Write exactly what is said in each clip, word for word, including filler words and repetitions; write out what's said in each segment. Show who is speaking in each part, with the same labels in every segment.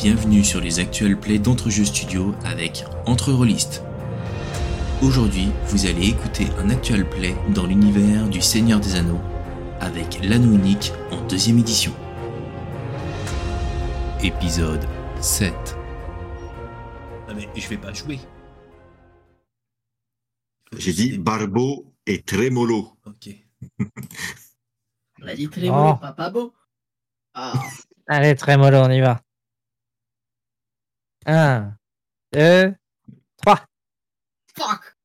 Speaker 1: bienvenue sur les actuels plays d'Entrejeux Studio avec Entre-Rôlistes. Aujourd'hui, vous allez écouter un actual play dans l'univers du Seigneur des Anneaux avec l'Anneau Unique en deuxième édition. Épisode sept. Ah mais je vais pas jouer.
Speaker 2: J'ai dit Barbeau et Trémolo.
Speaker 1: Ok.
Speaker 3: On a dit Trémolo,
Speaker 4: Oh.
Speaker 3: pas, pas beau. Ah.
Speaker 4: Allez, Trémolo, on y va. Un, deux, trois.
Speaker 3: Fuck.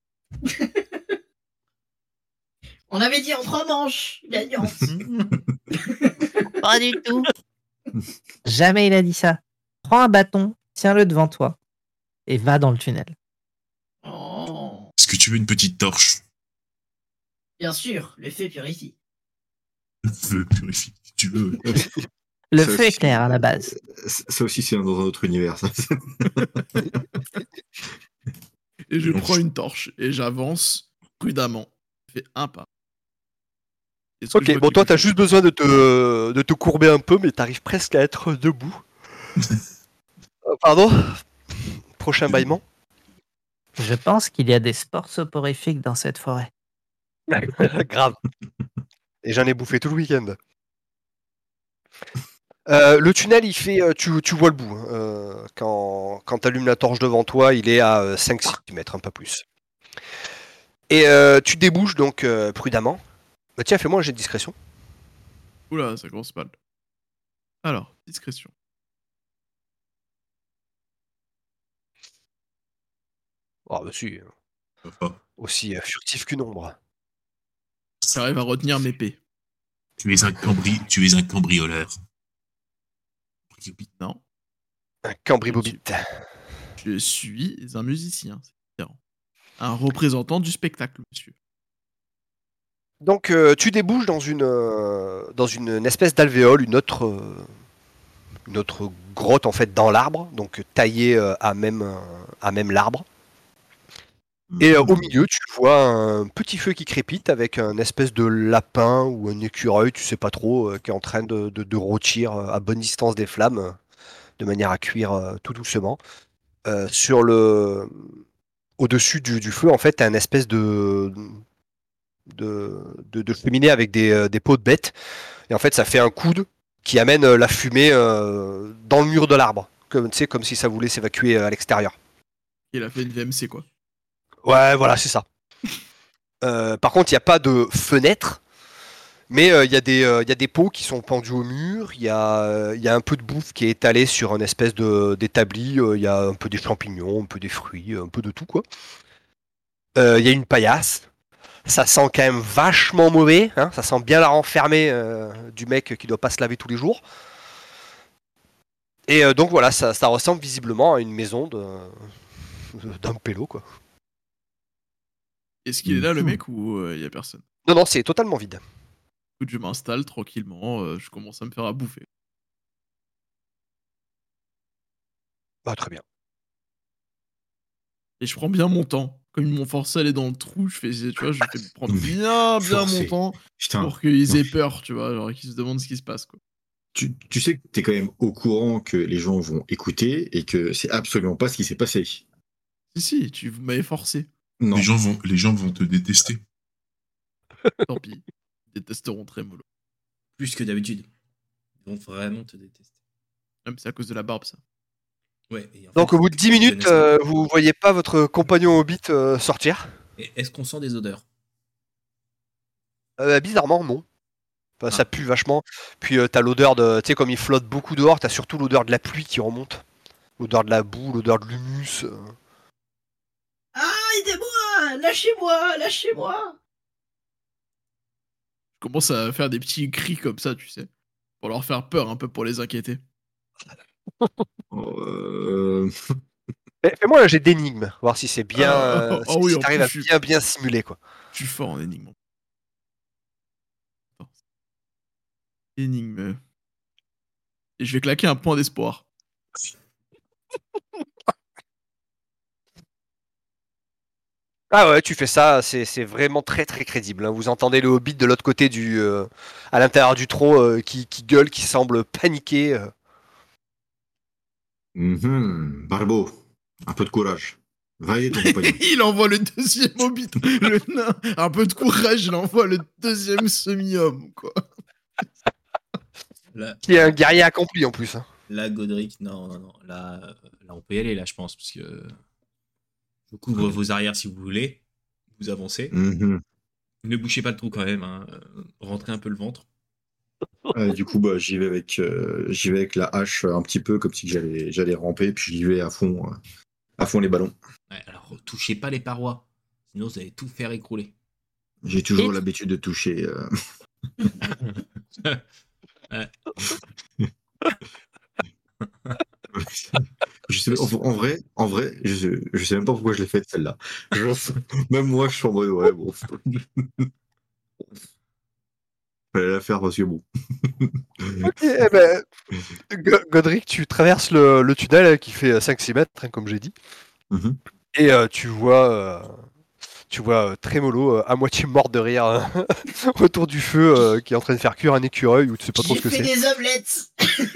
Speaker 3: On avait dit en trois manches, gagnante.
Speaker 4: Pas du tout. Jamais il a dit ça. Prends un bâton, tiens-le devant toi et va dans le tunnel.
Speaker 3: Oh.
Speaker 5: Est-ce que tu veux une petite torche?
Speaker 3: Bien sûr, le feu purifie.
Speaker 5: Le feu purifie, si tu veux.
Speaker 4: Le
Speaker 2: Ça
Speaker 4: feu est
Speaker 2: aussi,
Speaker 4: clair à la base.
Speaker 2: Ça aussi, c'est dans un autre univers. Ça.
Speaker 6: Et je
Speaker 5: Donc,
Speaker 6: prends une torche et j'avance prudemment. Je fais un pas. Est-ce que je
Speaker 7: Ok,
Speaker 6: vois
Speaker 7: bon, toi,
Speaker 6: quelque
Speaker 7: t'as
Speaker 6: chose
Speaker 7: juste besoin de te, de te courber un peu, mais t'arrives presque à être debout. Euh, Pardon? Prochain bâillement.
Speaker 4: Je pense qu'il y a des spores soporifiques dans cette forêt.
Speaker 7: Grave. Et j'en ai bouffé tout le week-end. Euh, le tunnel, il fait, euh, tu, tu vois le bout. hein. Euh, quand quand tu allumes la torche devant toi, il est à cinq centimètres, un peu plus. Et euh, tu débouches donc euh, prudemment. Bah, tiens, fais-moi un jet de discrétion.
Speaker 6: Oula, ça commence mal. Alors, discrétion.
Speaker 7: Oh, bah si,
Speaker 5: Ça va.
Speaker 7: aussi euh, furtif qu'une ombre.
Speaker 6: J'arrive à retenir mes P.
Speaker 5: Tu es un cambri... tu es un cambrioleur.
Speaker 6: Non.
Speaker 7: Un cambribobite.
Speaker 6: Je suis un musicien. C'est différent. Un représentant du spectacle, monsieur.
Speaker 7: Donc euh, tu débouches dans une, euh, dans une, une espèce d'alvéole, une autre, euh, une autre grotte en fait dans l'arbre, donc taillée euh, à même, euh, à même l'arbre. Et euh, au milieu, tu vois un petit feu qui crépite avec un espèce de lapin ou un écureuil, tu sais pas trop, euh, qui est en train de, de, de rôtir euh, à bonne distance des flammes, euh, de manière à cuire euh, tout doucement. Euh, sur le, au-dessus du, du feu, en fait, t'as une espèce de, de, de, de cheminée avec des, euh, des peaux de bête. Et en fait, ça fait un coude qui amène euh, la fumée euh, dans le mur de l'arbre, comme, tu sais, comme si ça voulait s'évacuer euh, à l'extérieur.
Speaker 6: Il a fait une V M C, quoi.
Speaker 7: Ouais, voilà, c'est ça. Euh, par contre, il n'y a pas de fenêtre, mais euh, il y, a des, euh, il y a des pots qui sont pendus au mur, il y a, euh, il y a un peu de bouffe qui est étalée sur une espèce de, d'établi, euh, il y a un peu des champignons, un peu des fruits, un peu de tout, quoi. Euh, Il y a une paillasse, ça sent quand même vachement mauvais, hein, ça sent bien la renfermée euh, du mec qui doit pas se laver tous les jours. Et euh, donc voilà, ça, ça ressemble visiblement à une maison de, d'un pélo, quoi.
Speaker 6: Est-ce qu'il est là, le
Speaker 5: Mhm.
Speaker 6: mec, ou il y a personne?
Speaker 7: Non, non, c'est totalement vide.
Speaker 6: Écoute, je m'installe tranquillement, euh, je commence à me faire à bouffer.
Speaker 7: Bah, très bien.
Speaker 6: Et je prends bien mon temps. Comme ils m'ont forcé à aller dans le trou, je fais, tu vois, je fais prendre
Speaker 2: Non, mais
Speaker 6: bien, bien
Speaker 2: forcé.
Speaker 6: mon temps
Speaker 2: Putain.
Speaker 6: pour qu'ils
Speaker 2: Non.
Speaker 6: aient peur, tu vois, genre qu'ils se demandent ce qui se passe, quoi.
Speaker 2: Tu, tu sais que t'es quand même au courant que les gens vont écouter et que c'est absolument pas ce qui s'est passé.
Speaker 6: Si, si, tu vous m'avez forcé.
Speaker 2: Non.
Speaker 5: Les gens vont, les gens vont te détester.
Speaker 6: Tant pis. Ils détesteront Trémolo.
Speaker 1: Plus que d'habitude. Ils vont vraiment te détester.
Speaker 6: Même c'est à cause de la barbe, ça.
Speaker 1: Ouais. Et en
Speaker 7: Donc
Speaker 1: fait,
Speaker 7: au bout de dix
Speaker 1: ils
Speaker 7: minutes,
Speaker 1: connaissent
Speaker 7: euh,
Speaker 1: pas.
Speaker 7: vous voyez pas votre compagnon Hobbit euh, sortir.
Speaker 1: Et est-ce qu'on sent des odeurs?
Speaker 7: Euh, bizarrement, non. Enfin, ça
Speaker 1: Ah.
Speaker 7: pue vachement. Puis euh, t'as l'odeur de... Tu sais, comme il flotte beaucoup dehors, t'as surtout l'odeur de la pluie qui remonte. L'odeur de la boue, l'odeur de l'humus. euh.
Speaker 3: Ah, aidez-moi, lâchez-moi, lâchez-moi.
Speaker 6: Je commence à faire des petits cris comme ça, tu sais. Pour leur faire peur un peu, pour les inquiéter.
Speaker 2: Euh,
Speaker 7: Fais- Fais-moi un jet d'énigme, voir si c'est bien...
Speaker 6: Ah,
Speaker 7: euh,
Speaker 6: ah
Speaker 7: si
Speaker 6: oui,
Speaker 7: si
Speaker 6: en
Speaker 7: t'arrives
Speaker 6: plus,
Speaker 7: à
Speaker 6: je suis-
Speaker 7: bien bien simuler, quoi.
Speaker 6: Je suis fort en énigme. Attends. Énigme. Et je vais claquer un point d'espoir.
Speaker 7: Ah ouais, tu fais ça, c'est c'est vraiment très très crédible. hein. Vous entendez le Hobbit de l'autre côté du... euh, à l'intérieur du trou euh, qui, qui gueule, qui semble paniqué. euh.
Speaker 2: Mhm. Barbeau, un peu de courage. Va aider ton compagnon.
Speaker 6: Il envoie le deuxième hobbit. Le nain, un peu de courage, il envoie le deuxième semi-homme, quoi.
Speaker 1: Là,
Speaker 7: Qui est un guerrier accompli en plus. hein.
Speaker 1: là, Godric, non, non, non. Là, euh, là, on peut y aller, là, je pense, parce que je couvre vos arrières si vous voulez. Vous avancez.
Speaker 2: Mhm.
Speaker 1: Ne bouchez pas le trou quand même. Hein. euh, Rentrez un peu le ventre.
Speaker 2: Euh, du coup, bah, j'y vais avec, euh, j'y vais avec la hache un petit peu comme si j'allais, j'allais ramper, puis j'y vais à fond, euh, à fond les ballons.
Speaker 1: Ouais, alors, touchez pas les parois. Sinon, vous allez tout faire écrouler.
Speaker 2: J'ai toujours
Speaker 4: Et-
Speaker 2: l'habitude de toucher. euh,
Speaker 1: Ouais.
Speaker 2: Je sais, en, en vrai, en vrai, je, je sais même pas pourquoi je l'ai faite celle-là. Je- même moi, je suis en mode ouais, bon. Fallait la faire parce que bon.
Speaker 7: Ok, eh ben, Go- Godric, tu traverses le, le tunnel qui fait cinq six mètres, hein, comme j'ai dit.
Speaker 2: Mhm.
Speaker 7: Et euh, tu vois, euh, tu vois euh, Trémolo euh, à moitié mort de rire euh, autour du feu euh, qui est en train de faire cuire un écureuil ou tu sais pas trop
Speaker 3: J'ai
Speaker 7: ce que
Speaker 3: fait
Speaker 7: c'est.
Speaker 3: des omelettes.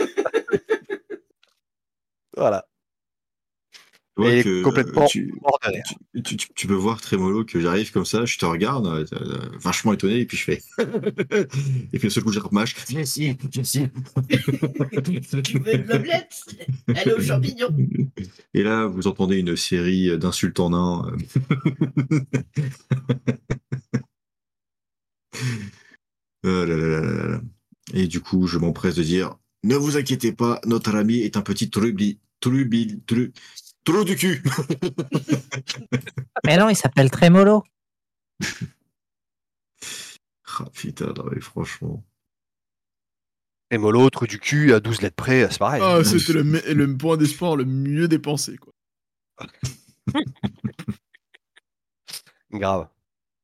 Speaker 7: Voilà.
Speaker 2: Tu vois
Speaker 7: Et il est
Speaker 2: que
Speaker 7: complètement
Speaker 2: tu,
Speaker 7: mort de rire.
Speaker 2: tu, tu, tu- tu peux voir Trémolo que j'arrive comme ça, je te regarde, euh, euh, vachement étonné, et puis je fais. Et puis d'un seul coup, je rattrape ma hache. Je sais, je sais.
Speaker 3: Tu veux une omelette? Elle est aux champignons.
Speaker 2: Et là, vous entendez une série d'insultes en un. Euh, là, là, là, là, là. Et du coup, je m'empresse de dire, ne vous inquiétez pas, notre ami est un petit trubli, trubil, tru, trou du cul.
Speaker 4: Mais non, il s'appelle Trémolo.
Speaker 2: Ah putain, non mais franchement.
Speaker 7: Trémolo, trou du cul, à douze lettres près, c'est pareil. hein.
Speaker 6: Ah, c'était le, me- le point d'espoir le mieux dépensé, quoi.
Speaker 7: Grave.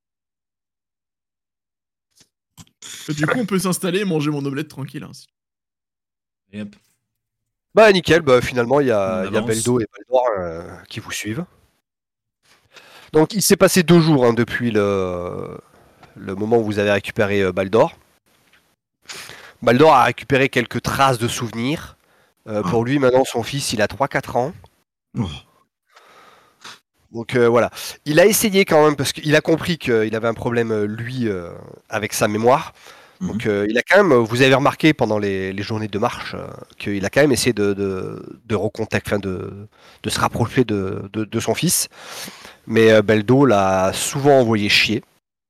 Speaker 6: Et du coup, on peut s'installer et manger mon omelette tranquille. Hein.
Speaker 1: Et hop.
Speaker 7: Bah nickel, bah, finalement il y a,
Speaker 1: On
Speaker 7: il y a
Speaker 1: avance.
Speaker 7: Beldo et Baldor euh, qui vous suivent. Donc il s'est passé deux jours hein, depuis le, le moment où vous avez récupéré euh, Baldor. Baldor a récupéré quelques traces de souvenirs. Euh,
Speaker 2: Ah.
Speaker 7: Pour lui, maintenant, son fils, il a trois quatre ans.
Speaker 2: Oh.
Speaker 7: Donc euh, voilà. Il a essayé quand même, parce qu'il a compris qu'il avait un problème, euh, lui, euh, avec sa mémoire. Donc euh, il a quand même, vous avez remarqué pendant les, les journées de marche, euh, qu'il a quand même essayé de, de, de recontacter, enfin de, de se rapprocher de, de, de son fils. Mais euh, Beldo l'a souvent envoyé chier.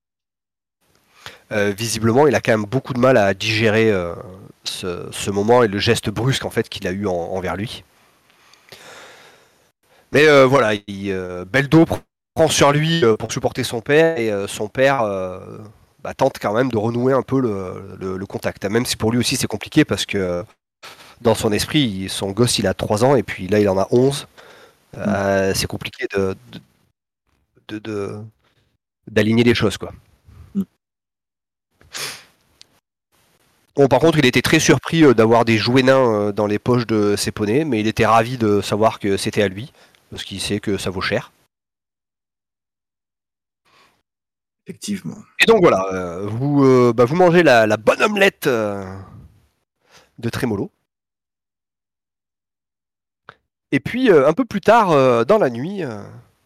Speaker 7: Euh, visiblement, il a quand même beaucoup de mal à digérer euh, ce, ce moment et le geste brusque en fait qu'il a eu en- envers lui. Mais euh, voilà, il, euh, Beldo pr- prend sur lui euh, pour supporter son père et euh, son père euh, bah, tente quand même de renouer un peu le, le- le contact. Même si pour lui aussi c'est compliqué parce que euh, dans son esprit, il- son gosse il a trois ans et puis là il en a onze. Euh, C'est compliqué de, de- de- de- d'aligner les choses quoi.
Speaker 2: Mm.
Speaker 7: Bon, par contre, il était très surpris euh, d'avoir des jouets nains euh, dans les poches de ses poneys, mais il était ravi de savoir que c'était à lui, parce qu'il sait que ça vaut cher.
Speaker 2: Effectivement.
Speaker 7: Et donc voilà, euh, vous, euh, bah, vous mangez la, la bonne omelette euh, de Trémolo. Et puis, euh, un peu plus tard, euh, dans la nuit, euh,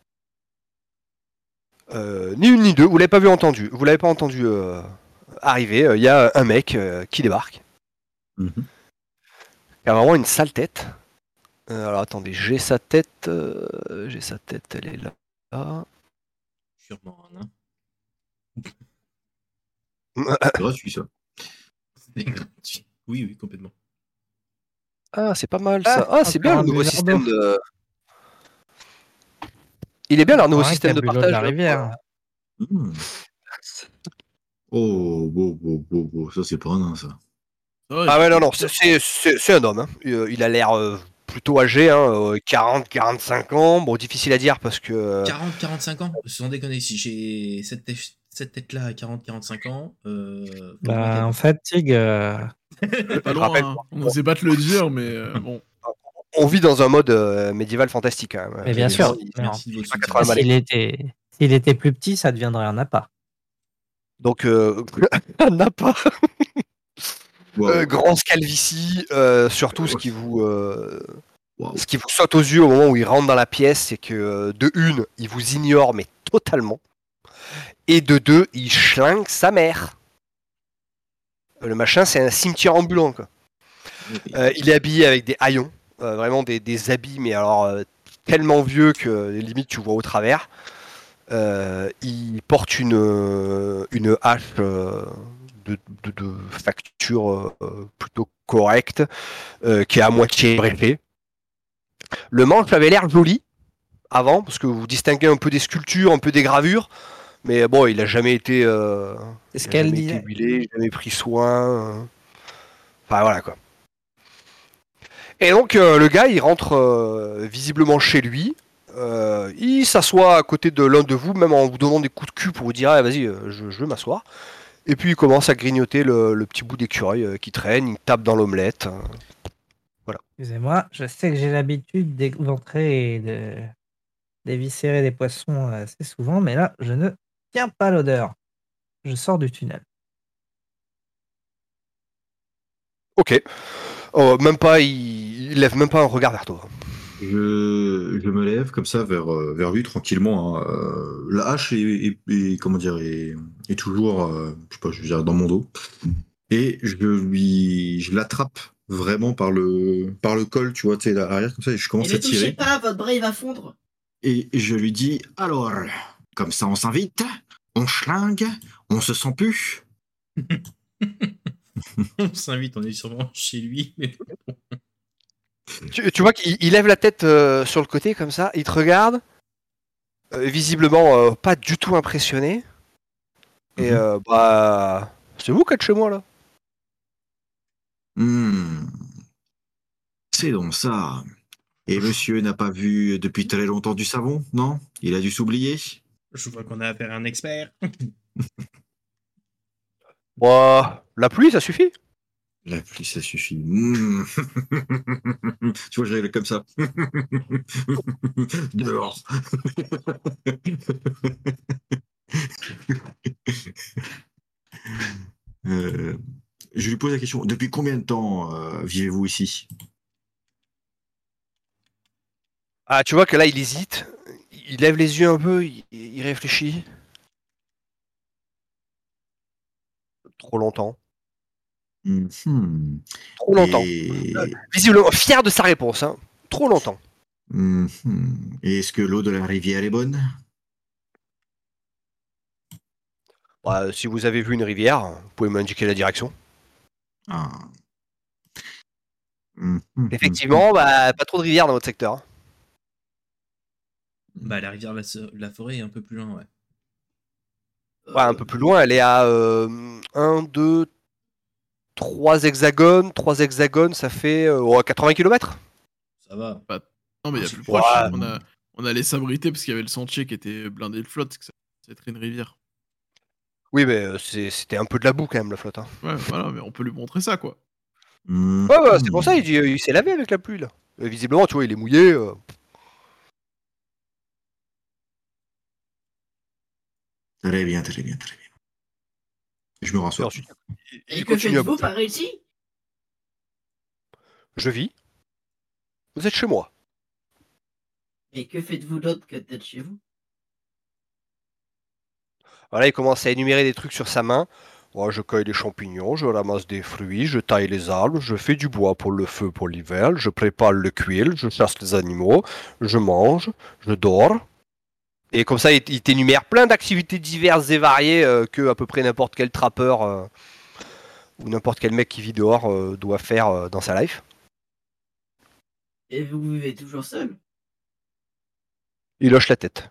Speaker 7: euh, ni une ni deux, vous l'avez pas vu entendu, vous l'avez pas entendu euh, arriver, il y a un mec euh, qui débarque,
Speaker 2: Mhm.
Speaker 7: qui a vraiment une sale tête. Euh, alors attendez, j'ai sa tête, euh, j'ai sa tête, elle est là. là.
Speaker 1: Sûrement un nain.
Speaker 2: C'est gratuit ça.
Speaker 1: C'est gratuit. Oui, oui, complètement.
Speaker 7: Ah, c'est pas mal ça. Ah,
Speaker 4: Ah,
Speaker 7: c'est bien le
Speaker 4: encore un
Speaker 7: nouveau
Speaker 4: buveur
Speaker 7: système
Speaker 4: d'eau.
Speaker 7: de. Il est bien leur nouveau
Speaker 4: Ouais,
Speaker 7: système de
Speaker 4: Cabulot
Speaker 7: partage.
Speaker 4: de la
Speaker 7: là.
Speaker 4: rivière.
Speaker 2: Mhm. Oh, beau, beau, beau, beau. Ça, c'est pas un nain, ça.
Speaker 6: Ça va,
Speaker 7: Ah
Speaker 6: il-
Speaker 7: ouais, non, non, c'est- c'est c'est- c'est un homme. hein. Euh, Il a l'air euh, plutôt âgé, hein, euh, quarante quarante-cinq ans. Bon, difficile à dire parce que. euh,
Speaker 1: quarante quarante-cinq ans. Sans déconner, si j'ai cette, tête- cette tête-là à quarante quarante-cinq ans, euh, faut que je
Speaker 4: Bah,
Speaker 1: m'inquiète.
Speaker 4: en fait, Tig, euh,
Speaker 6: c'est pas
Speaker 7: je
Speaker 6: loin.
Speaker 7: rappelle,
Speaker 6: Hein. On n'osait pas te le dire, mais euh, bon.
Speaker 7: On vit dans un mode euh, médiéval fantastique quand même.
Speaker 4: mais bien
Speaker 1: Merci,
Speaker 4: sûr.
Speaker 1: merci
Speaker 4: Mais en-
Speaker 1: de votre
Speaker 7: pas
Speaker 1: soutien.
Speaker 7: quatre-vingts balais.
Speaker 4: S'il était, s'il était plus petit, ça deviendrait un appât.
Speaker 7: Donc, euh, un appât.
Speaker 2: Wow.
Speaker 7: Euh, grand scalvici, euh, surtout ce qui vous. euh,
Speaker 2: Waouh.
Speaker 7: Ce qui vous saute aux yeux au moment où il rentre dans la pièce, c'est que euh, de une, il vous ignore, mais totalement. Et de deux, il schlingue sa mère. Le machin, c'est un cimetière ambulant, quoi. Euh, il est habillé avec des haillons, euh, vraiment des, des habits, mais alors euh, tellement vieux que euh, limite tu vois au travers. Euh, il porte une, euh, une hache euh, de, de- de facture euh, plutôt correcte, euh, qui est à moitié bréchée. Le manche avait l'air joli avant, parce que vous distinguez un peu des sculptures, un peu des gravures, mais bon, il a jamais été, euh,
Speaker 4: C'est ce
Speaker 7: il a
Speaker 4: qu'elle
Speaker 7: jamais été
Speaker 4: disait.
Speaker 7: huilé, jamais pris soin. euh. Enfin voilà quoi. Et donc euh, le gars, il rentre euh, visiblement chez lui. Euh, il s'assoit à côté de l'un de vous, même en vous donnant des coups de cul pour vous dire ah, vas-y, euh, je, je veux m'asseoir. Et puis il commence à grignoter le, le petit bout d'écureuil euh, qui traîne, il tape dans l'omelette.
Speaker 4: Excusez-moi, je sais que j'ai l'habitude d'éventrer et de d'éviscérer des poissons assez souvent, mais là, je ne tiens pas l'odeur. Je sors du tunnel.
Speaker 7: Ok. Oh, même pas, il, il lève même pas un regard vers toi.
Speaker 2: Je, je me lève comme ça vers, euh, vers lui tranquillement, hein. Euh, la hache est, est- est- comment dire, est, est toujours, euh, je sais pas, je veux dire, dans mon dos. Et je lui, je l'attrape vraiment par le, par le col, tu vois, tu sais, l'arrière comme ça, et je
Speaker 3: Et
Speaker 2: commence à
Speaker 3: ne touchez
Speaker 2: tirer.
Speaker 3: pas, votre bras il va fondre.
Speaker 2: Et je lui dis, alors, comme ça on s'invite, on schlingue, on se sent plus.
Speaker 1: On s'invite, on est sûrement chez lui. Mais...
Speaker 7: Tu, tu vois qu'il il lève la tête euh, sur le côté comme ça, il te regarde, euh, visiblement euh, pas du tout impressionné. Et
Speaker 2: Mhm.
Speaker 7: euh, bah, c'est vous qui êtes chez moi là.
Speaker 2: Hmm, c'est donc ça. Et monsieur n'a pas vu depuis très longtemps du savon, non? Il a dû s'oublier.
Speaker 1: Je vois qu'on a affaire à un expert.
Speaker 7: Bah, la pluie, ça suffit.
Speaker 2: La pluie, ça suffit. Hmm. Tu vois, je règle comme ça. Dehors. Euh, je lui pose la question, depuis combien de temps euh, vivez-vous ici?
Speaker 7: Ah, tu vois que là, il hésite, il lève les yeux un peu, il, il réfléchit. Trop longtemps.
Speaker 2: Mhm.
Speaker 7: Trop longtemps.
Speaker 2: Et...
Speaker 7: Visiblement fier de sa réponse, hein. Trop longtemps.
Speaker 2: Mhm. Et est-ce que l'eau de la rivière est bonne?
Speaker 7: Bah, si vous avez vu une rivière, vous pouvez m'indiquer la direction.
Speaker 2: Ah. Mhm.
Speaker 7: Effectivement, bah, pas trop de rivières dans votre secteur, hein.
Speaker 1: Bah, la rivière, la, so- la forêt est un peu plus loin, ouais.
Speaker 7: Ouais, un peu plus loin, elle est à un, deux, trois hexagones. trois hexagones, ça fait euh, ouais, quatre-vingts kilomètres.
Speaker 1: Ça va.
Speaker 6: Bah, non, mais il y a
Speaker 2: C'est
Speaker 6: plus
Speaker 2: pas
Speaker 6: proche.
Speaker 7: Ouais.
Speaker 6: On a, on allait s'abriter parce qu'il y avait le sentier qui était blindé de flotte, que ça c'était une rivière.
Speaker 7: Oui, mais euh, c'est- c'était un peu de la boue quand même, la flotte, hein.
Speaker 6: Ouais, voilà, mais on peut lui montrer ça, quoi.
Speaker 2: Mhm.
Speaker 7: Ouais, ouais, c'est pour ça, il, dit, euh, il s'est lavé avec la pluie, là. Euh, visiblement, tu vois, il est mouillé. euh.
Speaker 2: Très bien, très bien, très bien. Je me
Speaker 7: Et
Speaker 2: rassois.
Speaker 7: ensuite, il,
Speaker 3: Et
Speaker 7: il
Speaker 3: que
Speaker 7: continue à
Speaker 3: faites-vous
Speaker 7: bouffer.
Speaker 3: par ici?
Speaker 7: Je vis. Vous êtes chez moi.
Speaker 3: Et que faites-vous d'autre que d'être chez vous?
Speaker 7: Voilà, il commence à énumérer des trucs sur sa main. Ouais, je cueille des champignons, je ramasse des fruits, je taille les arbres, je fais du bois pour le feu pour l'hiver, je prépare le cuir, je chasse les animaux, je mange, je dors. Et comme ça, il, il t'énumère plein d'activités diverses et variées euh, que à peu près n'importe quel trappeur euh, ou n'importe quel mec qui vit dehors euh, doit faire euh, dans sa life.
Speaker 3: Et vous vivez toujours seul?
Speaker 7: Il hoche la tête.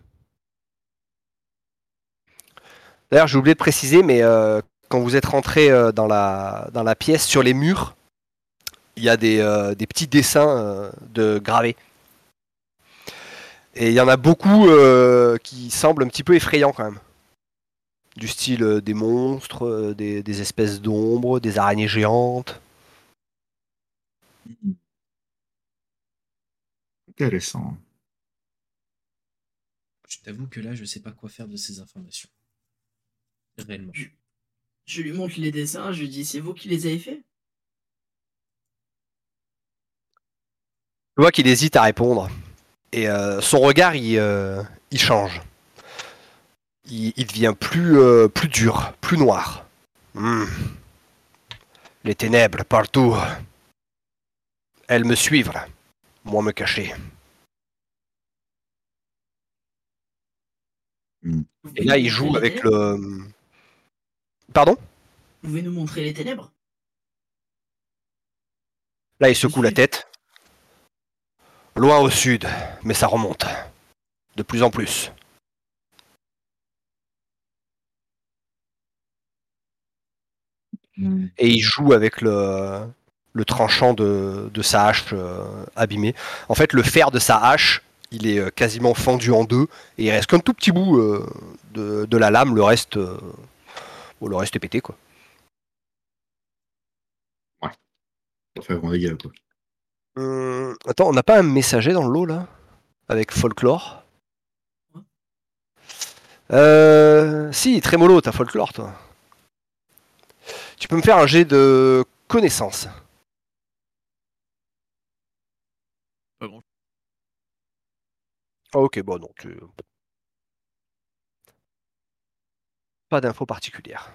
Speaker 7: D'ailleurs, j'ai oublié de préciser, mais euh, quand vous êtes rentré euh, dans, la, dans la pièce, sur les murs, il y a des, euh, des petits dessins euh, de gravés. Et il y en a beaucoup euh, qui semblent un petit peu effrayants quand même. Du style euh, des monstres, euh, des, des espèces d'ombres, des araignées géantes.
Speaker 2: Mhm. Intéressant.
Speaker 1: Je t'avoue que là, je sais pas quoi faire de ces informations. Réellement.
Speaker 3: Je, je lui montre les dessins, je lui dis c'est vous qui les avez faits?
Speaker 7: vois qu'il hésite à répondre. Et euh, son regard, il, euh, il change. Il, il devient plus, euh, plus dur, plus noir. Hmm. Les ténèbres partout. Elles me suivent. Moi me cacher.
Speaker 2: Hmm.
Speaker 3: Vous
Speaker 7: Et
Speaker 3: pouvez
Speaker 7: là,
Speaker 3: nous
Speaker 7: il
Speaker 3: montrer
Speaker 7: joue
Speaker 3: les
Speaker 7: avec
Speaker 3: ténèbres
Speaker 7: le... Pardon?
Speaker 3: Vous pouvez nous montrer les ténèbres?
Speaker 7: Là, il
Speaker 3: Je
Speaker 7: secoue la
Speaker 3: suis.
Speaker 7: tête. Loin au sud, mais ça remonte. De plus en plus. Et il joue avec le, le tranchant de, de sa hache euh, abîmée. En fait, le fer de sa hache, il est euh, quasiment fendu en deux, et il reste qu'un tout petit bout euh, de, de la lame, le reste, euh, bon, le reste est pété, quoi.
Speaker 2: Ça fait grand dégât, quoi.
Speaker 7: Hum, attends, on n'a pas un messager dans le lot, là? Avec folklore? Euh... Si, Trémolo, t'as folklore, toi. Tu peux me faire un jet de connaissance.
Speaker 6: Pas grand.
Speaker 7: Ah, ok, bon, non, tu... Pas d'infos particulières.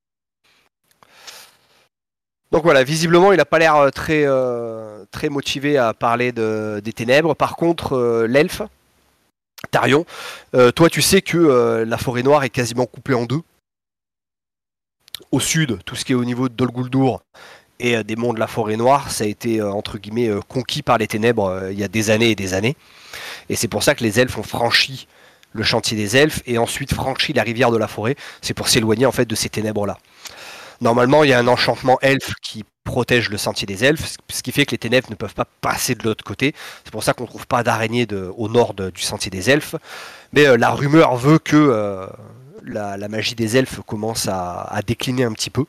Speaker 7: Donc voilà, visiblement, il n'a pas l'air très, euh, très motivé à parler de, des ténèbres. Par contre, euh, l'elfe, Tarion, euh, toi, tu sais que euh, la forêt noire est quasiment coupée en deux. Au sud, tout ce qui est au niveau de Dol Guldur et euh, des monts de la forêt noire, ça a été, euh, entre guillemets, euh, conquis par les ténèbres euh, il y a des années et des années. Et c'est pour ça que les elfes ont franchi le chantier des elfes et ensuite franchi la rivière de la forêt. C'est pour s'éloigner, en fait, de ces ténèbres-là. Normalement, il y a un enchantement elfe qui protège le sentier des elfes, ce qui fait que les ténèbres ne peuvent pas passer de l'autre côté. C'est pour ça qu'on ne trouve pas d'araignée de, au nord de, du sentier des elfes. Mais euh, la rumeur veut que euh, la, la magie des elfes commence à, à décliner un petit peu.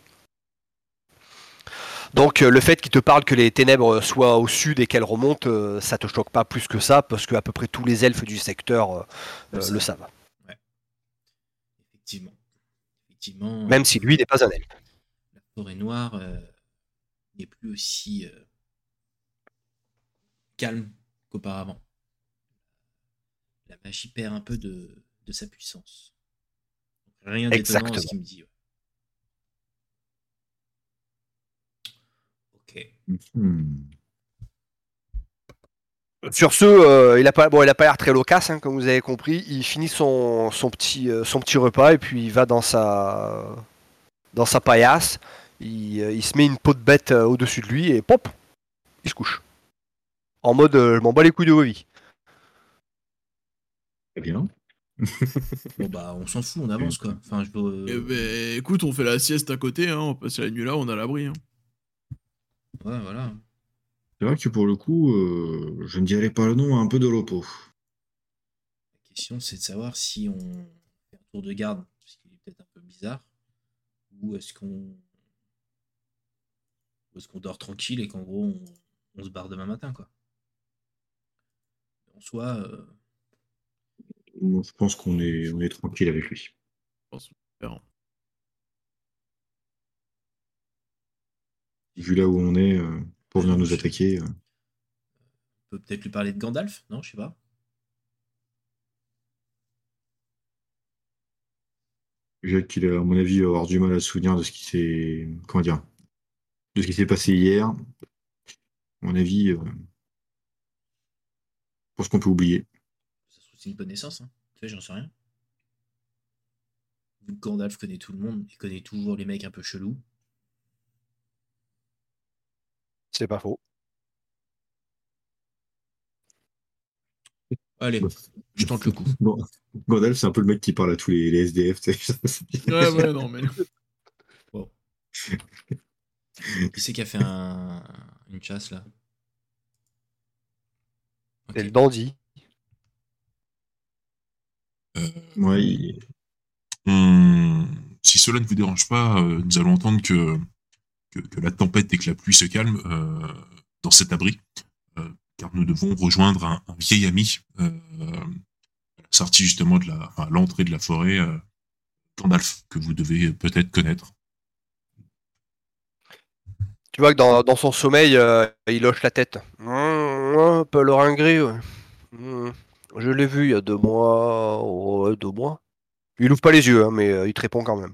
Speaker 7: Donc euh, le fait qu'il te parle que les ténèbres soient au sud et qu'elles remontent, euh, ça te choque pas plus que ça, parce que à peu près tous les elfes du secteur euh,
Speaker 1: Le
Speaker 7: euh,
Speaker 1: savent.
Speaker 7: le savent.
Speaker 1: Effectivement. Effectivement.
Speaker 7: Même si lui n'est pas un elfe.
Speaker 1: La forêt noire euh, n'est plus aussi euh, calme qu'auparavant. La magie perd un peu de, de sa puissance. Rien d'étonnant dans ce qu'il me dit. Ouais. Ok.
Speaker 2: Hmm.
Speaker 7: Sur ce, euh, il n'a pas, bon, il a pas l'air très loquace, hein, comme vous avez compris. Il finit son, son, petit, euh, son petit repas et puis il va dans sa, dans sa paillasse. Il, euh, il se met une peau de bête euh, au-dessus de lui et pop, il se couche. En mode, euh, je m'en bats les couilles de vos vies.
Speaker 2: Très bien.
Speaker 1: Bon bah on s'en fout, on avance quoi. Enfin je veux.
Speaker 6: Eh ben, écoute, on fait la sieste à côté, hein, on va passer la nuit là, on a l'abri. Hein.
Speaker 1: Ouais voilà.
Speaker 2: C'est vrai que pour le coup, euh, je ne dirais pas le nom un peu de l'Oppo.
Speaker 1: La question c'est de savoir si on fait un tour de garde, parce qu'il est peut-être un peu bizarre, ou est-ce qu'on ou est-ce qu'on dort tranquille et qu'en gros on, on se barre demain matin quoi. En soi. Euh...
Speaker 2: Moi, je pense qu'on est, on est tranquille avec lui.
Speaker 6: Je pense faire.
Speaker 2: Vu là où on est, euh, pour venir nous
Speaker 1: Je-
Speaker 2: attaquer. euh,
Speaker 1: On peut peut-être lui parler de Gandalf, non, je sais pas.
Speaker 2: Déjà qu'il a, à mon avis, avoir du mal à se souvenir de ce qui s'est, comment dire, de ce qui s'est passé hier. À mon avis, euh, je pense qu'on peut oublier.
Speaker 1: Ça se trouve c'est une connaissance, hein. Tu sais, j'en sais rien. Vu que Gandalf connaît tout le monde, il connaît toujours les mecs un peu chelous.
Speaker 7: C'est pas faux.
Speaker 1: Allez,
Speaker 2: Ouais.
Speaker 1: je tente le coup.
Speaker 2: Bon, Gandalf, c'est un peu le mec qui parle à tous les, les S D F. Tu sais.
Speaker 6: Ouais, ouais, non, mais.
Speaker 1: Bon. Qui c'est qui a fait un... une chasse là? Ok.
Speaker 7: C'est le dandy.
Speaker 5: Euh,
Speaker 2: Ouais, il-
Speaker 5: on- Si cela ne vous dérange pas, euh, nous allons entendre que, que, que la tempête et que la pluie se calment euh, dans cet abri, euh, car nous devons rejoindre un, un vieil ami, euh, sorti justement de la, enfin, à l'entrée de la forêt, euh, Gandalf, que vous devez peut-être connaître.
Speaker 7: Tu vois que dans, dans son sommeil, euh, il hoche la tête. Mmh, Ouais, pèlerin gris, ouais. Hmm. Je l'ai vu il y a deux mois. Ouais, deux mois. Il ouvre pas les yeux, hein, mais euh, il te répond quand même.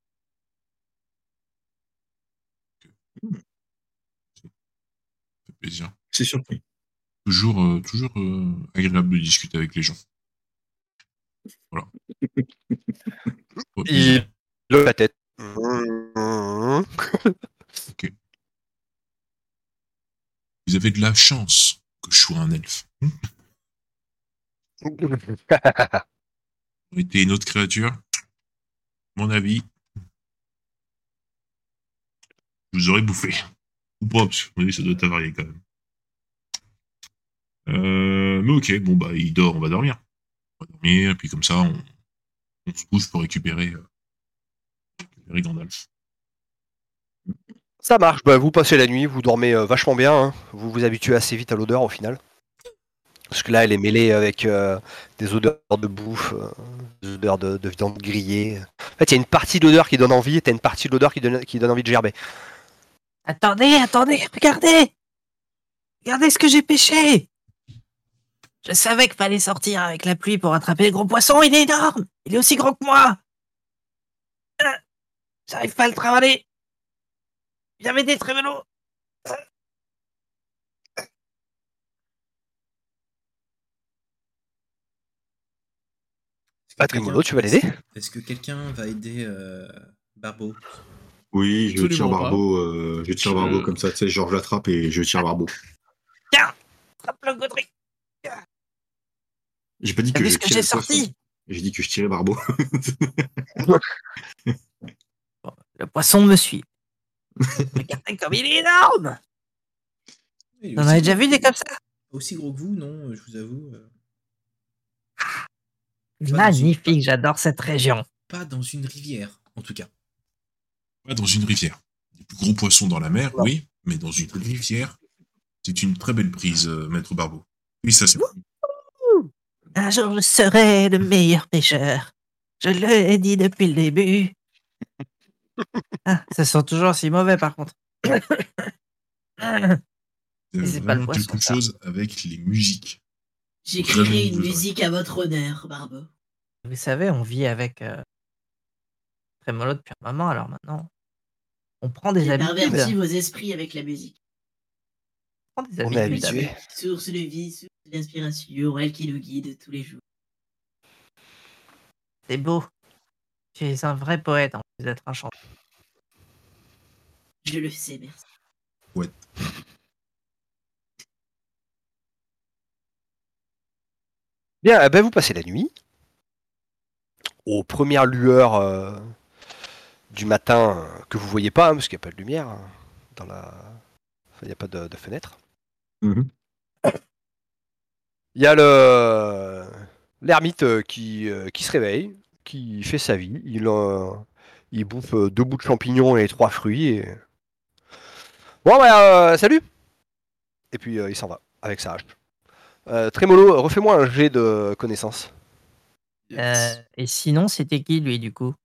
Speaker 5: Ça fait plaisir.
Speaker 2: C'est surpris.
Speaker 5: Toujours, euh, toujours euh, agréable de discuter avec les gens. Voilà. Oh,
Speaker 7: Il lève la tête. Hmm.
Speaker 5: Ok. Vous avez de la chance que je sois un elfe. Hmm. J'aurais été une autre créature, mon avis, je vous aurais bouffé. Ou pas, parce que oui, ça doit être avarié quand même. Euh, mais ok, bon bah il dort, on va dormir. On va dormir, puis comme ça, on, on se couche pour récupérer, euh, récupérer Gandalf.
Speaker 7: Ça marche. Bah, vous passez la nuit, vous dormez euh, vachement bien. Hein. Vous vous habituez assez vite à l'odeur au final. Parce que là, elle est mêlée avec euh, des odeurs de bouffe, euh, des odeurs de, de viande grillée. En fait, il y a une partie de l'odeur qui donne envie et t'as une partie de l'odeur qui donne, qui donne envie de gerber.
Speaker 4: Attendez, attendez, regardez! Regardez ce que j'ai pêché! Je savais qu'il fallait sortir avec la pluie pour attraper le gros poisson, il est énorme! Il est aussi grand que moi! Euh, J'arrive pas à le travailler! J'avais des trémolos!
Speaker 7: Ah, Trémolo, tu vas l'aider?
Speaker 1: Est-ce que quelqu'un va aider euh, Barbeau?
Speaker 2: Oui, je tire
Speaker 6: Absolument pas.
Speaker 2: Barbeau, euh, je tire
Speaker 6: Je-
Speaker 2: Barbeau comme ça, tu sais, genre je l'attrape et je tire Barbeau.
Speaker 4: Tiens! Attrape le gaudry!
Speaker 2: J'ai pas dit
Speaker 4: T'as
Speaker 2: que
Speaker 4: vu
Speaker 2: je
Speaker 4: ce que
Speaker 2: tirais
Speaker 4: j'ai
Speaker 2: le poisson.
Speaker 4: sorti?
Speaker 2: J'ai dit que je tirais Barbeau.
Speaker 4: Le poisson me suit. Regardez comme il est énorme!
Speaker 1: Il est
Speaker 4: On
Speaker 1: aussi
Speaker 4: avait déjà
Speaker 1: gros
Speaker 4: vu
Speaker 1: que
Speaker 4: des
Speaker 1: vous.
Speaker 4: comme ça?
Speaker 1: Aussi gros que vous, non, je vous avoue. euh, Pas dans une-
Speaker 4: Magnifique, j'adore cette région.
Speaker 1: Pas dans une rivière, en tout cas.
Speaker 5: Pas dans une rivière. Les plus gros poissons dans la mer, oui, mais dans une rivière, c'est une très belle prise, euh, maître Barbeau. Oui, ça c'est.
Speaker 4: Un jour, je serai le meilleur pêcheur. Je l'ai dit depuis le début. Ah, ça sent toujours si mauvais, par contre.
Speaker 5: C'est
Speaker 4: c'est pas le
Speaker 5: vraiment
Speaker 4: poisson,
Speaker 5: quelque
Speaker 4: ça.
Speaker 5: chose avec les musiques.
Speaker 3: J'écrirai
Speaker 5: Vraiment,
Speaker 3: une
Speaker 5: vous aurez.
Speaker 3: musique à votre honneur, Barbeau.
Speaker 4: Vous savez, on vit avec euh, Trémolo depuis un moment, alors maintenant, on prend des
Speaker 3: J'ai
Speaker 4: habitudes.
Speaker 3: perverti vos esprits avec la musique.
Speaker 4: On prend des
Speaker 7: On est
Speaker 4: habitudes
Speaker 7: habitué.
Speaker 4: avec-
Speaker 3: Source de vie, source d'inspiration, elle qui nous guide tous les jours.
Speaker 4: C'est beau. Tu es un vrai poète en plus d'être un chanteur.
Speaker 3: Je le sais, merci.
Speaker 7: Bien, eh ben, vous passez la nuit. Aux premières lueurs euh, du matin euh, que vous voyez pas, hein, parce qu'il n'y a pas de lumière hein, dans la. Enfin, il n'y a pas de, de fenêtre.
Speaker 2: Mhm.
Speaker 7: Il y a le l'ermite euh, qui, euh, qui se réveille, qui fait sa vie. Il, euh, il bouffe euh, deux bouts de champignons et trois fruits. Et... Bon, bah, euh, salut. Et puis euh, il s'en va avec sa hache. Euh, Trémolo, refais-moi un jet de connaissance.
Speaker 6: Yes.
Speaker 4: Euh, et sinon, c'était qui, lui, du coup?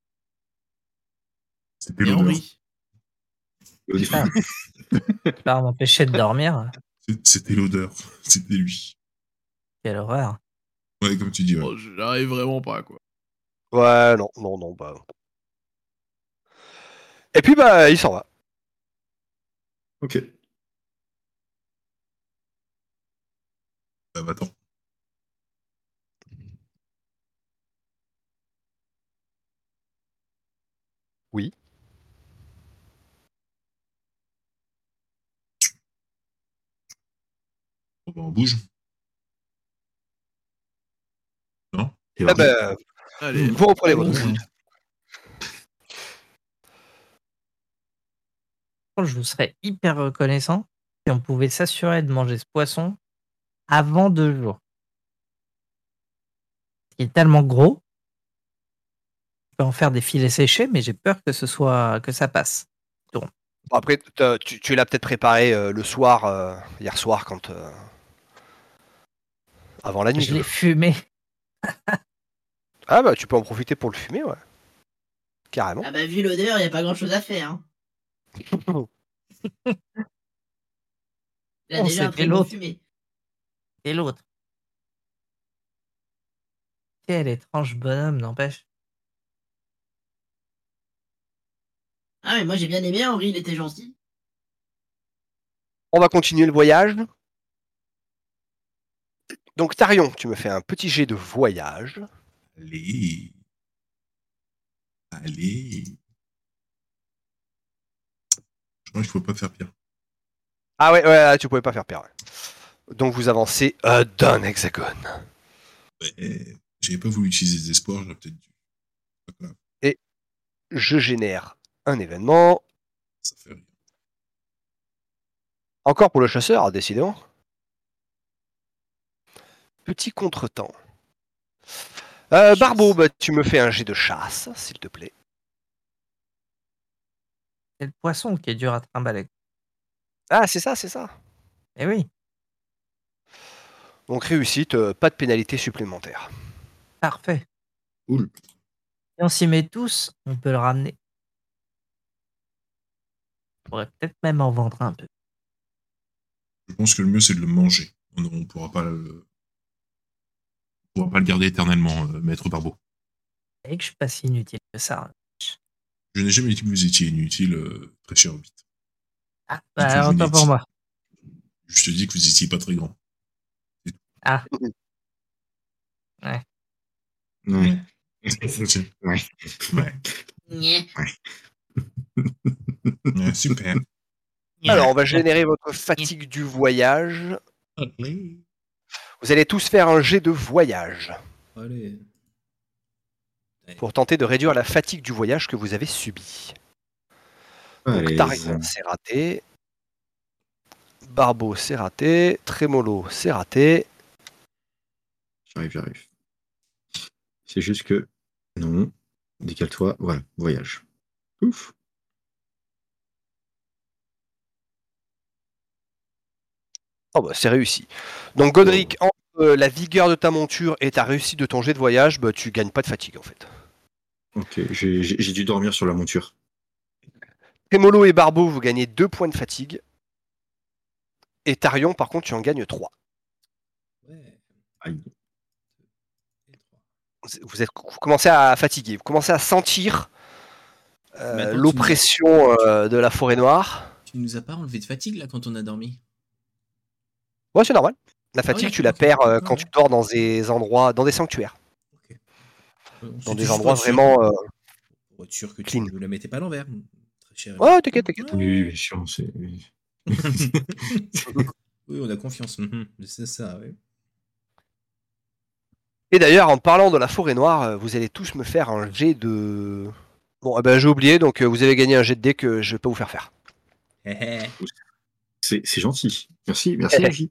Speaker 5: C'était
Speaker 6: Et
Speaker 5: l'odeur.
Speaker 6: Henri.
Speaker 4: Ah. Tu vas m'empêcher de dormir.
Speaker 5: C'est- C'était l'odeur. C'était lui.
Speaker 4: Quelle horreur.
Speaker 5: Ouais, comme tu dis, ouais.
Speaker 6: Oh, j'arrive vraiment pas, quoi.
Speaker 7: Ouais, non, non, non, bah. Et puis bah il s'en va.
Speaker 2: Ok.
Speaker 5: Bah, bah, attends.
Speaker 7: Oui.
Speaker 5: Bon, bah, on bouge. Non?
Speaker 2: Et
Speaker 7: Eh
Speaker 2: voilà.
Speaker 7: ben,
Speaker 6: Allez.
Speaker 7: vous reprenez
Speaker 3: Allons-y.
Speaker 7: votre route.
Speaker 4: Je vous serais hyper reconnaissant si on pouvait s'assurer de manger ce poisson avant deux jours. Il est tellement gros. Je peux en faire des filets séchés, mais j'ai peur que ce soit que ça passe.
Speaker 7: Bon, après, t'as- tu, tu l'as peut-être préparé euh, le soir, euh, hier soir, quand euh, avant la nuit.
Speaker 4: Je l'ai fumé.
Speaker 7: Ah bah tu peux en profiter pour le fumer, ouais. Carrément.
Speaker 3: Ah bah vu l'odeur, il n'y a pas grand chose à faire. Hein. Il a
Speaker 4: On
Speaker 3: déjà
Speaker 4: sait
Speaker 3: un
Speaker 4: que
Speaker 3: très bon
Speaker 4: l'autre.
Speaker 3: fumé.
Speaker 4: Et l'autre. Quel étrange bonhomme, n'empêche.
Speaker 3: Ah, mais moi j'ai bien aimé, Henri, il était gentil.
Speaker 7: On va continuer le voyage. Donc, Tarion, tu me fais un petit jet de voyage.
Speaker 5: Allez. Allez. Je crois qu'il faut pas faire pire.
Speaker 7: Ah ouais, ouais, tu pouvais pas faire pire. Ouais. Donc, vous avancez euh, d'un hexagone.
Speaker 5: Ouais, j'avais pas voulu utiliser des espoirs, j'aurais peut-être dû. Pas grave,
Speaker 7: Et je génère un événement.
Speaker 5: ça fait rien.
Speaker 7: Encore pour le chasseur, décidément. Petit contretemps. Euh, Barbeau, bah, tu me fais un jet de chasse, s'il te plaît.
Speaker 4: C'est le poisson qui est dur à trimballer.
Speaker 7: Ah, c'est ça, c'est ça.
Speaker 4: Eh oui,
Speaker 7: Donc, réussite, euh, pas de pénalité supplémentaire.
Speaker 4: parfait.
Speaker 2: Cool.
Speaker 4: Si on s'y met tous, on peut le ramener. On pourrait peut-être même en vendre un peu.
Speaker 5: Je pense que le mieux, c'est de le manger. On ne pourra pas le... on pourra pas le garder éternellement, euh, maître Barbeau.
Speaker 4: Vous savez que je suis pas si inutile que ça.
Speaker 5: Je n'ai jamais dit que vous étiez inutile, euh, très cher Hobbit.
Speaker 4: Ah,
Speaker 5: Dis que
Speaker 4: bah,
Speaker 5: vous
Speaker 4: autant
Speaker 5: n'étiez-
Speaker 4: pour moi.
Speaker 5: Je te dis que vous étiez pas très grand.
Speaker 4: Ah,
Speaker 2: Ouais.
Speaker 5: Ouais.
Speaker 2: Ouais.
Speaker 5: Ouais.
Speaker 3: Nyeh.
Speaker 5: Ouais, super.
Speaker 7: Alors, on va générer votre fatigue du voyage.
Speaker 5: Allez.
Speaker 7: Vous allez tous faire un jet de voyage
Speaker 1: Allez.
Speaker 7: pour tenter de réduire la fatigue du voyage que vous avez subi. Donc,
Speaker 2: Allez.
Speaker 7: Tarion, c'est raté. Barbeau, c'est raté. Trémolo, c'est raté.
Speaker 2: J'arrive, j'arrive. C'est juste que. Non. Décale-toi. Voilà. Voyage. Ouf.
Speaker 7: Oh bah, c'est réussi. Donc, Godric, entre euh, la vigueur de ta monture et ta réussite de ton jet de voyage, bah, tu gagnes pas de fatigue en fait.
Speaker 2: Ok. J'ai j'ai- j'ai dû dormir sur la monture.
Speaker 7: Trémolo et Barbeau, vous gagnez deux points de fatigue. Et Tarion, par contre, tu en gagnes trois.
Speaker 1: Ouais.
Speaker 2: Aïe.
Speaker 7: Vous, êtes, vous commencez à fatiguer, vous commencez à sentir euh,
Speaker 1: Mais attends, tu
Speaker 7: l'oppression euh, de la forêt noire.
Speaker 1: Tu nous as pas enlevé de fatigue là quand on a dormi?
Speaker 7: Ouais, c'est normal. La
Speaker 1: Ah oui,
Speaker 7: fatigue, tu la
Speaker 1: d'accord,
Speaker 7: perds euh,
Speaker 1: d'accord,
Speaker 7: quand
Speaker 1: ouais.
Speaker 7: tu dors dans des endroits, dans des sanctuaires,
Speaker 1: Ok. Euh,
Speaker 7: dans
Speaker 1: c'était
Speaker 7: des
Speaker 1: juste
Speaker 7: endroits
Speaker 1: pour être sûr.
Speaker 7: vraiment. euh,
Speaker 1: Pour être sûr que tu
Speaker 7: clean.
Speaker 1: ne la mettais pas à l'envers. Très cher.
Speaker 7: Ouais, t'inquiète, t'inquiète.
Speaker 2: Oui, bien sûr. C'est. oui.
Speaker 1: Oui, on a confiance. Mhm. C'est ça, oui.
Speaker 7: Et d'ailleurs, en parlant de la forêt noire, euh, vous allez tous me faire un jet de. Bon, eh ben, j'ai oublié, donc euh, vous avez gagné un jet de dés que je vais pas vous faire faire.
Speaker 1: Hé, hé.
Speaker 2: C'est c'est gentil. Merci, merci, Agi.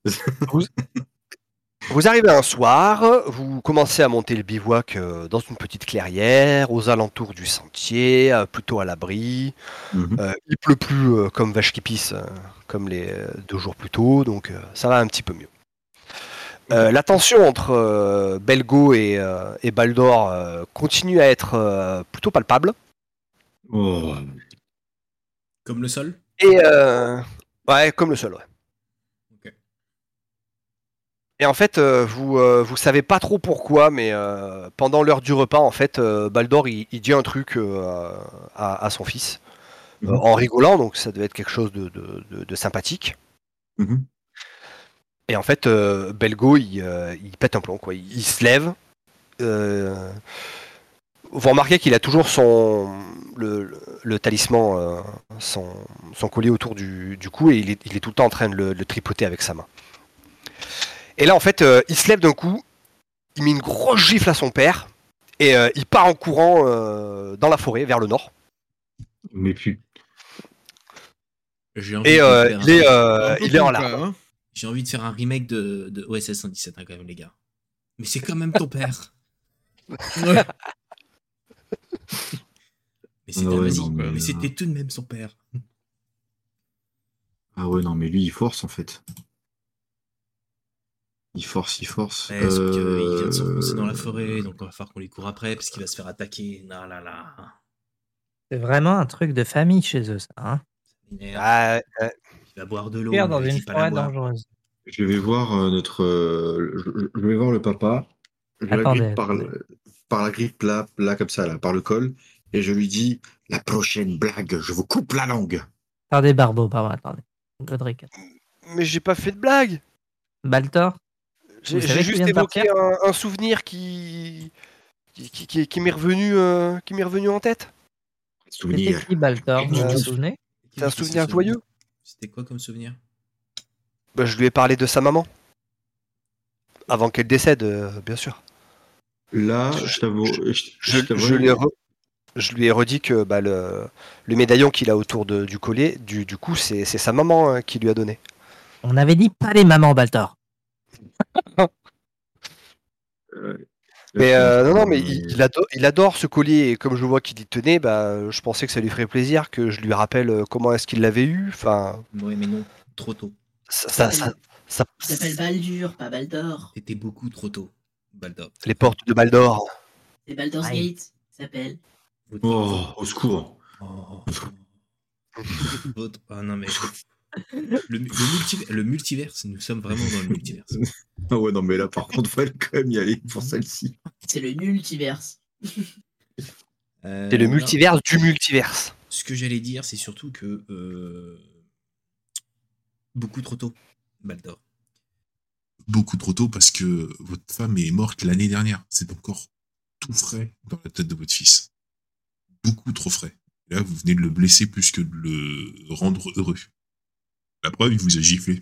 Speaker 7: Vous arrivez un soir, vous commencez à monter le bivouac euh, dans une petite clairière, aux alentours du sentier, euh, plutôt à l'abri.
Speaker 2: Mhm.
Speaker 7: Euh, il pleut plus euh, comme vache qui pisse, euh, comme les euh, deux jours plus tôt, donc euh, ça va un petit peu mieux. Euh, la tension entre euh, Belgo et, euh, et Baldor euh, continue à être euh, plutôt palpable.
Speaker 2: Oh.
Speaker 1: Comme le sol.
Speaker 7: Et euh, ouais, comme le sol. Ouais.
Speaker 1: Ok.
Speaker 7: Et en fait, euh, vous euh, vous savez pas trop pourquoi, mais euh, pendant l'heure du repas, en fait, euh, Baldor il, il dit un truc euh, à, à son fils euh,
Speaker 2: Mhm.
Speaker 7: en rigolant, donc ça devait être quelque chose de, de- de- de sympathique.
Speaker 2: Mhm.
Speaker 7: Et en fait, euh, Belgo il, euh, il pète un plomb, quoi. Il, il se lève. euh, vous remarquez qu'il a toujours son le, le- le talisman, euh, son, son collier autour du, du cou, et il est, il est tout le temps en train de le, le tripoter avec sa main. Et là, en fait, euh, il se lève d'un coup, il met une grosse gifle à son père, et euh, il part en courant euh, dans la forêt, vers le nord.
Speaker 2: Mais puis.
Speaker 1: J'ai envie,
Speaker 7: Et
Speaker 1: de
Speaker 7: euh,
Speaker 1: faire
Speaker 7: il, est,
Speaker 1: un...
Speaker 7: euh,
Speaker 6: Un peu
Speaker 7: il est en
Speaker 6: con,
Speaker 7: larmes.
Speaker 6: quoi, hein.
Speaker 1: J'ai envie de faire un remake de, de O S S cent dix-sept, hein, quand même, les gars. Mais c'est quand même ton père.
Speaker 6: Ouais.
Speaker 1: Mais c'était
Speaker 2: Ah ouais,
Speaker 1: vas-y,
Speaker 2: non, mais,
Speaker 1: mais
Speaker 2: euh,
Speaker 1: c'était tout de même son père.
Speaker 2: Ah ouais, non, mais lui, il force en fait. Il force, il force.
Speaker 1: Ouais, sauf qu'il
Speaker 2: Euh,
Speaker 1: vient de s'enfoncer dans la forêt, donc il va falloir qu'on lui court après parce qu'il va se faire attaquer. Non, là, là.
Speaker 4: c'est vraiment un truc de famille chez eux, ça. Hein.
Speaker 1: Ça m'énerve.
Speaker 7: Ah, euh,
Speaker 1: Il va boire de l'eau,
Speaker 4: Fuir
Speaker 1: mais
Speaker 4: dans
Speaker 1: il
Speaker 4: une
Speaker 1: dit pas la
Speaker 4: forêt
Speaker 1: boire.
Speaker 4: dangereuse.
Speaker 2: Je vais voir euh, notre. euh, je, je vais voir le papa. Je la
Speaker 4: Attendez,
Speaker 2: grippe par,
Speaker 4: attendez.
Speaker 2: le- par la grippe là, là, comme ça, là, par le col. Et je lui dis, la prochaine blague, je vous coupe la langue.
Speaker 4: Attendez, Barbeau, pardon, attendez. Godric.
Speaker 7: Mais j'ai pas fait de blague.
Speaker 4: Baltor,
Speaker 7: J'ai
Speaker 4: Vous
Speaker 7: j'ai
Speaker 4: savez qu'il
Speaker 7: juste
Speaker 4: vient de
Speaker 7: évoqué
Speaker 4: partir
Speaker 7: un, un souvenir qui qui, qui, qui- qui m'est revenu euh, qui m'est revenu en tête.
Speaker 4: c'était
Speaker 2: Souvenir.
Speaker 4: qui Baltor, vous
Speaker 7: Euh,
Speaker 4: vous souvenez
Speaker 7: C'est un
Speaker 1: Qu'est-ce que
Speaker 7: souvenir
Speaker 1: ce
Speaker 7: joyeux.
Speaker 1: C'était quoi comme souvenir?
Speaker 7: Bah, je lui ai parlé de sa maman avant qu'elle décède, euh, bien sûr.
Speaker 2: Là,
Speaker 7: Je,
Speaker 2: je t'avoue. Je,
Speaker 7: je,
Speaker 2: je
Speaker 7: je
Speaker 2: t'avouerai-
Speaker 7: lui ai re- je lui ai redit que bah, le, le médaillon qu'il a autour de- du collier, du, du cou, c'est c'est sa maman hein, qui lui a donné.
Speaker 4: On avait dit pas les mamans, Baltor.
Speaker 2: euh,
Speaker 7: Mais
Speaker 2: je
Speaker 7: euh,
Speaker 2: pense
Speaker 7: non, non,
Speaker 2: que-
Speaker 7: mais il, il adore, il adore ce collier et comme je vois qu'il y tenait, bah, je pensais que ça lui ferait plaisir que je lui rappelle euh, comment est-ce qu'il l'avait eu. Enfin,
Speaker 1: Ouais, mais non, trop tôt.
Speaker 7: ça, ça, ça- ça-
Speaker 3: Il s'appelle Baldur, pas Baldor.
Speaker 1: T'étais beaucoup trop tôt, Baldor.
Speaker 7: les portes de Baldor.
Speaker 3: C'est Baldur's
Speaker 4: Aïe.
Speaker 3: Gate, il s'appelle.
Speaker 1: Votre-
Speaker 2: Oh, au secours.
Speaker 1: Oh. Votre- Ah non, mais. Le, le, multi- le multiverse, nous sommes vraiment dans le multiverse.
Speaker 2: Ah ouais, non, mais là, par contre, fallait quand même y aller pour celle-ci.
Speaker 3: C'est le multiverse.
Speaker 1: Euh,
Speaker 7: C'est le
Speaker 1: non,
Speaker 7: multiverse du multiverse.
Speaker 1: Ce que j'allais dire, c'est surtout que. euh, beaucoup trop tôt, Baldor.
Speaker 5: Beaucoup trop tôt parce que votre femme est morte l'année dernière. C'est encore tout frais dans la tête de votre fils. Beaucoup trop frais. Et là, vous venez de le blesser plus que de le rendre heureux. La preuve, il vous a giflé.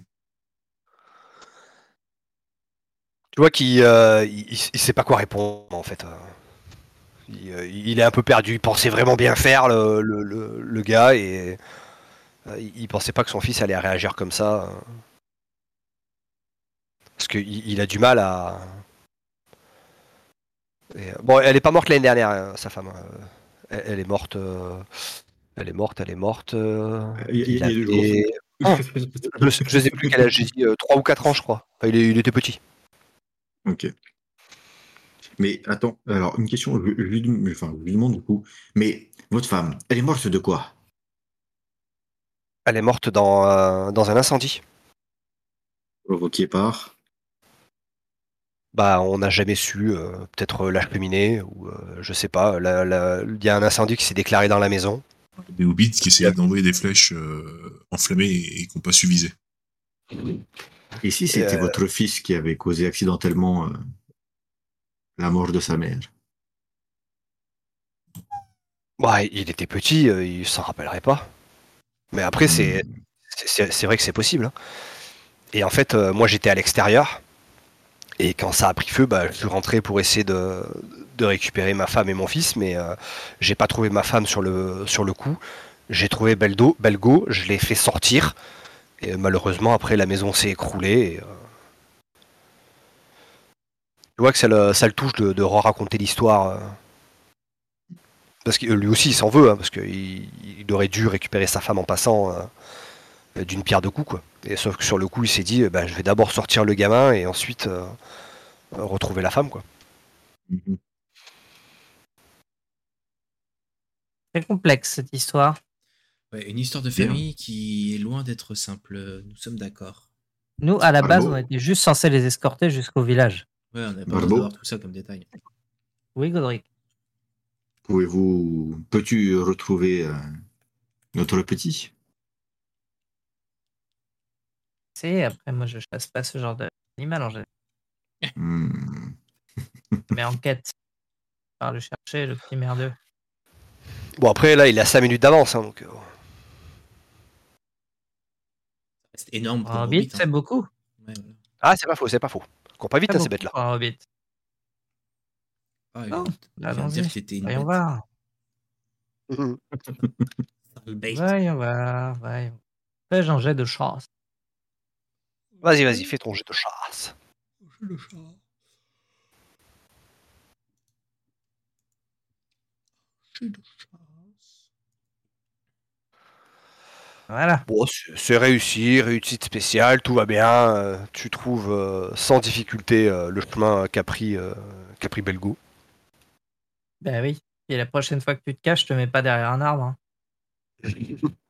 Speaker 7: Tu vois qu'il euh, il, il- il sait pas quoi répondre en fait. euh. Il, euh, il est un peu perdu. Il pensait vraiment bien faire le, le, le- le gars et euh, il, il pensait pas que son fils allait réagir comme ça. euh. Parce qu'il il a du mal à. Et, euh, bon, elle est pas morte l'année dernière, euh, sa femme. euh. Elle, elle est morte. euh, Elle est morte, elle est morte. euh,
Speaker 2: Il y a- il y a deux
Speaker 7: avait- Ah, je, sais- je sais plus quel âge j'ai dit, trois ou quatre ans, je crois. Enfin, il, est- il était petit.
Speaker 2: Ok. Mais attends, alors une question, je, je lui, dem- enfin, je lui demande du coup, mais votre femme, elle est morte de quoi?
Speaker 7: Elle est morte dans, euh, dans un incendie.
Speaker 2: Provoquée par.
Speaker 7: Bah, on n'a jamais su, euh, peut-être euh, la cheminée, ou euh, je sais pas, la- la- il y a un incendie qui s'est déclaré dans la maison.
Speaker 5: Des hobbits qui essayaient d'envoyer des flèches euh, enflammées et, et qui n'ont pas su viser.
Speaker 2: Et si c'était
Speaker 7: euh,
Speaker 2: votre fils qui avait causé accidentellement euh, la mort de sa mère?
Speaker 7: Bah, il était petit, euh, il s'en rappellerait pas. Mais après, c'est
Speaker 2: Hmm.
Speaker 7: c'est c'est vrai que c'est possible, hein. Et en fait, euh, moi j'étais à l'extérieur, et quand ça a pris feu, bah, je suis rentré pour essayer de, de récupérer ma femme et mon fils, mais euh, j'ai pas trouvé ma femme sur le, sur le coup. J'ai trouvé Beldo, Belgo, je l'ai fait sortir, et malheureusement, après, la maison s'est écroulée. Et, euh, tu vois que ça le, ça le touche de, de raconter l'histoire. euh, Parce que lui aussi, il s'en veut, hein, parce qu'il il aurait dû récupérer sa femme en passant euh, d'une pierre deux coups, quoi. Et sauf que sur le coup, il s'est dit, euh, bah, je vais d'abord sortir le gamin et ensuite euh, euh, retrouver la femme, quoi.
Speaker 2: Mhm.
Speaker 4: C'est complexe cette histoire.
Speaker 1: Ouais, une histoire de
Speaker 2: Bien.
Speaker 1: famille qui est loin d'être simple, nous sommes d'accord.
Speaker 4: Nous, à la base,
Speaker 2: Barbeau.
Speaker 4: on était juste censés les escorter jusqu'au village.
Speaker 1: Ouais, on n'a pas
Speaker 2: Barbeau.
Speaker 1: besoin d'avoir tout ça comme détail.
Speaker 4: Oui, Godric.
Speaker 2: Pouvez-vous, peux-tu retrouver euh, notre petit?
Speaker 4: C'est après, moi, je chasse pas ce genre d'animal en général.
Speaker 2: Hmm.
Speaker 4: Mais en quête, par le chercher, le petit merdeux.
Speaker 7: Bon, après, là, il a cinq minutes d'avance, hein, donc... euh,
Speaker 1: C'est énorme pour
Speaker 4: Un
Speaker 1: un
Speaker 4: hobbit,
Speaker 1: hobbit. hein.
Speaker 4: c'est beaucoup.
Speaker 1: Ouais, voilà.
Speaker 7: Ah, c'est pas faux, c'est pas faux. Cours pas vite,
Speaker 4: Très
Speaker 7: hein, ces
Speaker 4: beaucoup
Speaker 7: bêtes-là.
Speaker 4: pour un hobbit.
Speaker 1: Ah,
Speaker 4: Non,
Speaker 1: je viens de
Speaker 4: allons-y.
Speaker 1: dire que t'étais une
Speaker 4: Voyons
Speaker 1: bête.
Speaker 4: voir.
Speaker 7: Mhm.
Speaker 1: Sale bête.
Speaker 4: Voyons voir. Voyons. Fais-je un jet de chasse.
Speaker 7: Vas-y, vas-y, fais ton jet de chasse.
Speaker 1: Le chat. J'ai de chasse.
Speaker 4: Voilà.
Speaker 7: Bon, c'est c'est réussi, réussite spéciale, tout va bien. euh, tu trouves euh, sans difficulté euh, le chemin qu'a pris, euh, qu'a pris Belgo.
Speaker 4: Ben oui. Et la prochaine fois que tu te caches, je te mets pas derrière un arbre. hein.